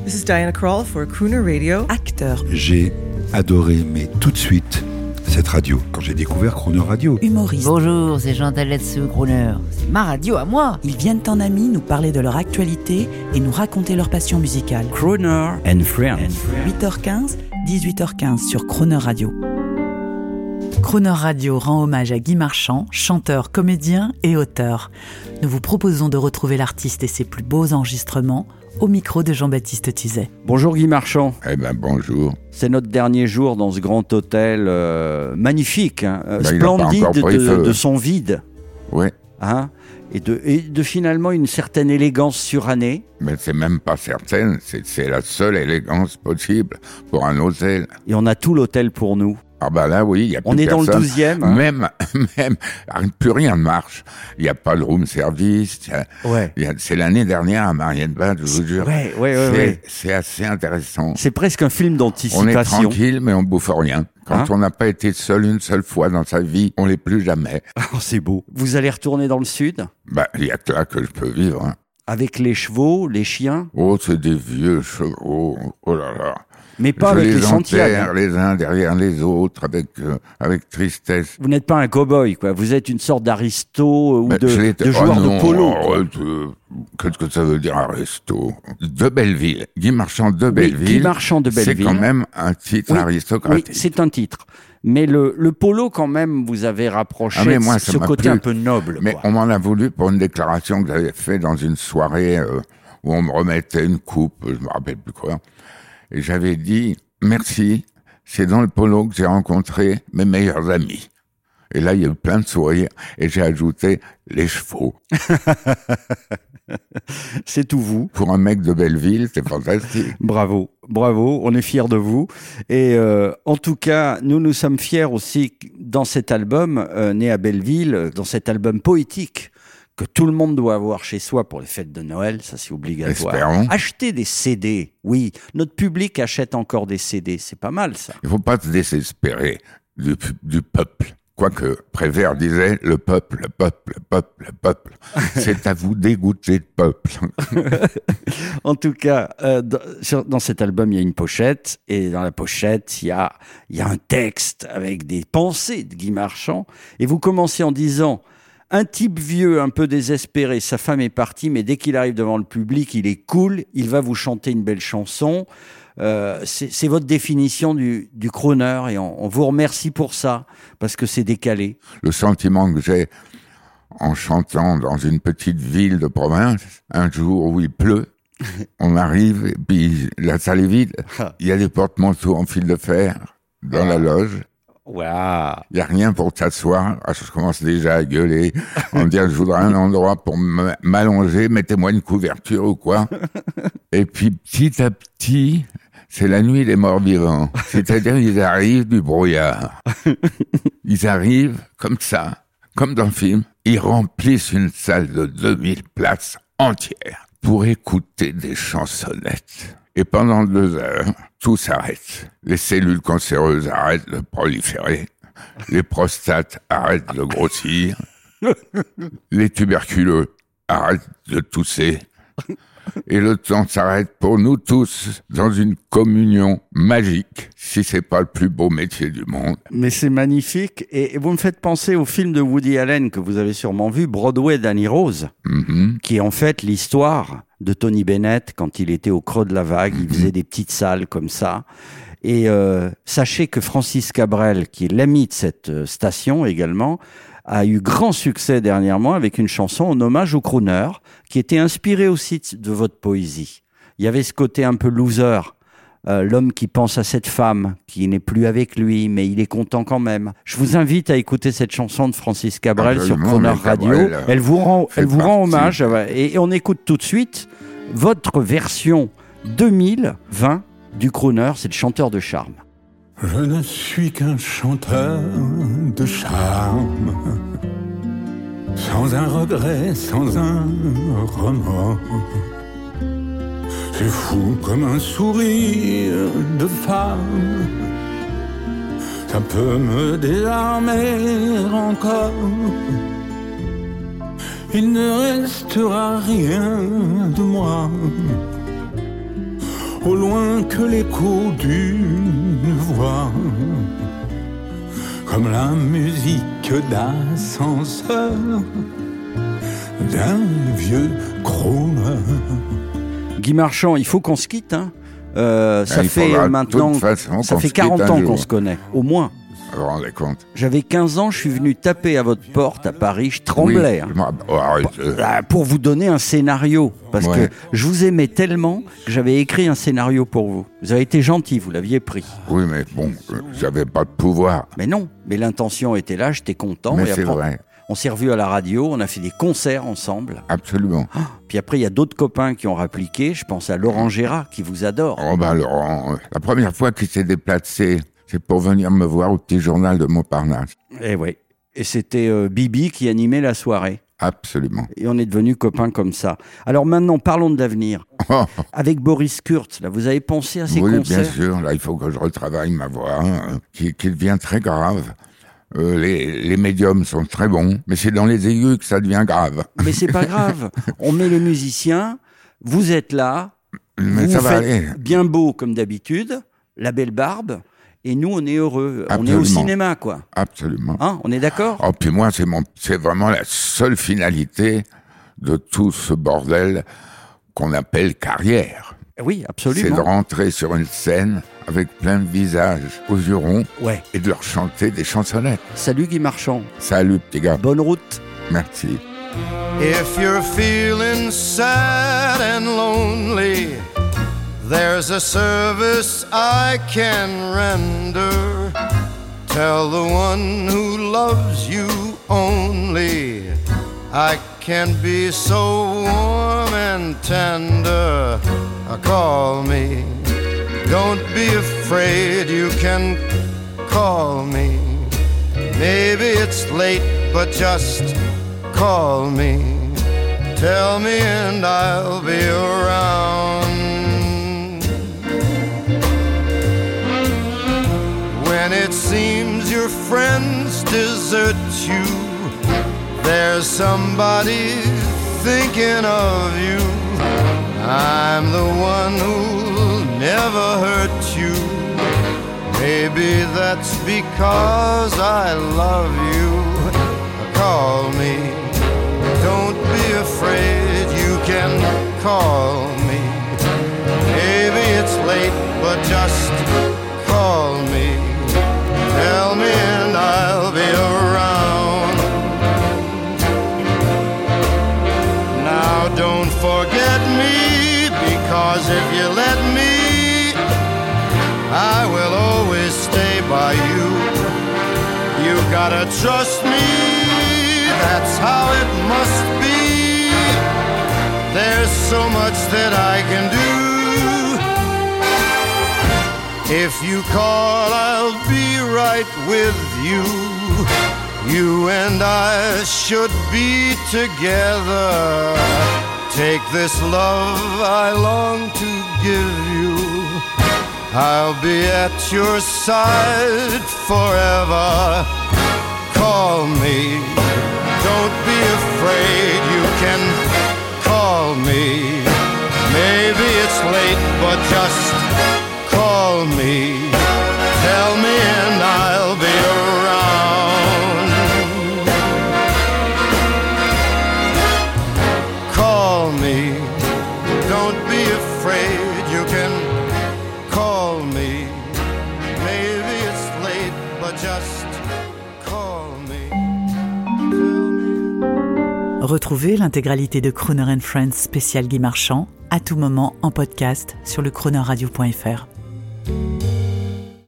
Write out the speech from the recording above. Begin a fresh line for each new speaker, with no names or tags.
This is Diana Krall for Crooner Radio.
Acteur.
J'ai adoré, mais tout de suite, cette radio, quand j'ai découvert Crooner Radio.
Humoriste.
Bonjour, c'est Jean Taletsu, Crooner. C'est ma radio à moi.
Ils viennent en amis nous parler de leur actualité et nous raconter leur passion musicale.
Crooner and Friends.
8h15, 18h15 sur Crooner Radio. Crooner Radio rend hommage à Guy Marchand, chanteur, comédien et auteur. Nous vous proposons de retrouver l'artiste et ses plus beaux enregistrements au micro de Jean-Baptiste Tuzet.
Bonjour Guy Marchand.
Bonjour.
C'est notre dernier jour dans ce grand hôtel magnifique,
Il
splendide
a pas encore pris feu.
de son vide.
Oui,
Hein, et de finalement une certaine élégance surannée.
mais c'est même pas certaine. C'est la seule élégance possible pour un hôtel.
Et on a tout l'hôtel pour nous.
Ah bah là, oui, il y a plus
On est dans
personne.
le 12e. Hein.
Même, plus rien ne marche. Il n'y a pas de room service.
Ouais.
C'est l'année dernière à Marienbad, je vous jure.
Ouais.
C'est assez intéressant.
C'est presque un film
On est
d'anticipation.
tranquille, mais on bouffe rien. Quand
Hein
on n'a pas été seul une seule fois dans sa vie, on l'est plus jamais.
Oh, c'est beau. Vous allez retourner dans le sud
Il y a que là que je peux vivre. Hein.
avec les chevaux, les chiens,
Oh, c'est des vieux chevaux. Oh là là.
mais pas
Je
avec les
les
Santiago.
enterre les uns derrière les autres avec tristesse.
Vous n'êtes pas un cow-boy, quoi. Vous êtes une sorte d'aristo ou
Ben, je l'ai-
de joueur
oh non,
de polo. Quoi.
arrête, qu'est-ce que ça veut dire un resto de Belleville. Guy Marchand de Belleville.
Guy Marchand de Belleville.
C'est quand même un titre
Oui,
aristocratique.
c'est un titre. Mais le polo, quand même, vous avez rapproché
Ah, mais moi,
de
ça
ce
m'a
côté
plu.
un peu noble.
Mais
Quoi.
on m'en a voulu pour une déclaration que j'avais faite dans une soirée où on me remettait une coupe, je me rappelle plus quoi. Et j'avais dit merci, c'est dans le polo que j'ai rencontré mes meilleurs amis. Et là, il y a eu plein de sourires. Et j'ai ajouté les chevaux.
C'est tout vous.
Pour un mec de Belleville, c'est fantastique.
Bravo, on est fiers de vous. Et en tout cas, nous sommes fiers aussi dans cet album, né à Belleville, dans cet album poétique que tout le monde doit avoir chez soi pour les fêtes de Noël, ça c'est obligatoire.
Espérons.
Acheter des CD, oui, notre public achète encore des CD, c'est pas mal ça.
Il faut pas se désespérer du peuple. Quoique Prévert disait le peuple. C'est à vous dégoûter de peuple.
En tout cas, dans cet album, il y a une pochette, et dans la pochette, il y a un texte avec des pensées de Guy Marchand, et vous commencez en disant « Un type vieux, un peu désespéré, sa femme est partie, mais dès qu'il arrive devant le public, il est cool, il va vous chanter une belle chanson. » C'est votre définition du crooner, et on vous remercie pour ça, parce que c'est décalé.
Le sentiment que j'ai en chantant dans une petite ville de province, un jour où il pleut, on arrive, et puis la salle est vide. Il y a des porte-manteaux en fil de fer dans la loge.
Waouh.
Il n'y a rien pour t'asseoir. Je commence déjà à gueuler, en me disant je voudrais un endroit pour m'allonger, mettez-moi une couverture ou quoi. Et puis petit à petit, c'est la nuit des morts vivants. C'est-à-dire ils arrivent du brouillard. Ils arrivent comme ça, comme dans le film. Ils remplissent une salle de 2000 places entières pour écouter des chansonnettes. Et pendant 2 heures, tout s'arrête. Les cellules cancéreuses arrêtent de proliférer. Les prostates arrêtent de grossir. Les tuberculeux arrêtent de tousser. Et le temps s'arrête pour nous tous dans une communion magique, si c'est pas le plus beau métier du monde.
Mais c'est magnifique, et vous me faites penser au film de Woody Allen que vous avez sûrement vu, Broadway Danny Rose, qui est en fait l'histoire de Tony Bennett quand il était au creux de la vague. Il faisait des petites salles comme ça. Et sachez que Francis Cabrel, qui est l'ami de cette station également, a eu grand succès dernièrement avec une chanson en hommage au crooner, qui était inspirée aussi de votre poésie. Il y avait ce côté un peu loser, l'homme qui pense à cette femme, qui n'est plus avec lui, mais il est content quand même. Je vous invite à écouter cette chanson de Francis Cabrel sur Crooner Radio. Elle vous rend hommage, et on écoute tout de suite votre version 2020 du crooner, c'est le chanteur de charme.
Je ne suis qu'un chanteur de charme, sans un regret, sans un remords. C'est fou comme un sourire de femme, ça peut me désarmer encore. Il ne restera rien de moi au loin que l'écho d'une voix, comme la musique d'ascenseur d'un vieux crooner.
Guy Marchand, il faut qu'on se quitte, hein. Ça fait maintenant, ça fait 40 ans qu'on se connaît, au moins.
Vous vous rendez compte?
J'avais 15 ans, je suis venu taper à votre porte à Paris, je tremblais.
Oui,
Pour vous donner un scénario, parce que je vous aimais tellement que j'avais écrit un scénario pour vous. Vous avez été gentil, vous l'aviez pris.
Oui, mais bon, j'avais pas de pouvoir.
Mais non, mais l'intention était là, j'étais content.
Mais
et
c'est
après,
vrai.
on s'est revus à la radio, on a fait des concerts ensemble.
Absolument.
Puis après, il y a d'autres copains qui ont répliqué. Je pense à Laurent Gérard, qui vous adore.
Oh bah Laurent, la première fois qu'il s'est déplacé, c'est pour venir me voir au petit journal de Montparnasse.
Et oui. Et c'était Bibi qui animait la soirée.
Absolument.
Et on est devenus copains comme ça. Alors maintenant, parlons de l'avenir. Avec Boris Kurz, là, vous avez pensé à ces concerts?
Oui, bien sûr. Là, il faut que je retravaille ma voix, qui devient très grave. Les médiums sont très bons, mais c'est dans les aigus que ça devient grave.
Mais c'est pas grave. On met le musicien, vous êtes là,
mais
vous
ça va
faites
aller.
bien beau comme d'habitude, la belle barbe, et nous on est heureux.
Absolument.
On est au cinéma, quoi.
Absolument.
Hein, on est d'accord?
Oh, puis moi, c'est vraiment la seule finalité de tout ce bordel qu'on appelle carrière.
Oui, absolument.
C'est de rentrer sur une scène avec plein de visages aux yeux ronds
Ouais.
et de leur chanter des chansonnettes.
Salut Guy Marchand.
Salut, petit gars.
Bonne route.
Merci.
If you're feeling sad and lonely, there's a service I can render. Tell the one who loves you only, I can be so warm and tender. Call me. Don't be afraid, you can call me. Maybe it's late, but just call me. Tell me and I'll be around. When it seems your friends desert you, there's somebody thinking of you. I'm the one who'll never hurt you. Maybe that's because I love you. Call me. Don't be afraid, you can call me. Maybe it's late, but just call me. Tell me and I'll be around. Now don't forget me, because if you let me, I will always stay by you. You gotta trust me, that's how it must be. There's so much that I can do. If you call, I'll be right with you. You and I should be together. Take this love I long to give you. I'll be at your side forever. Call me. Don't be afraid, you can call me. Maybe it's late, but just call me. Tell me and I'll be around. Call me. Don't be afraid, you can call me. Maybe it's late, but just call me.
Retrouvez l'intégralité de Crooner & Friends spécial Guy Marchand à tout moment en podcast sur le croonerradio.fr.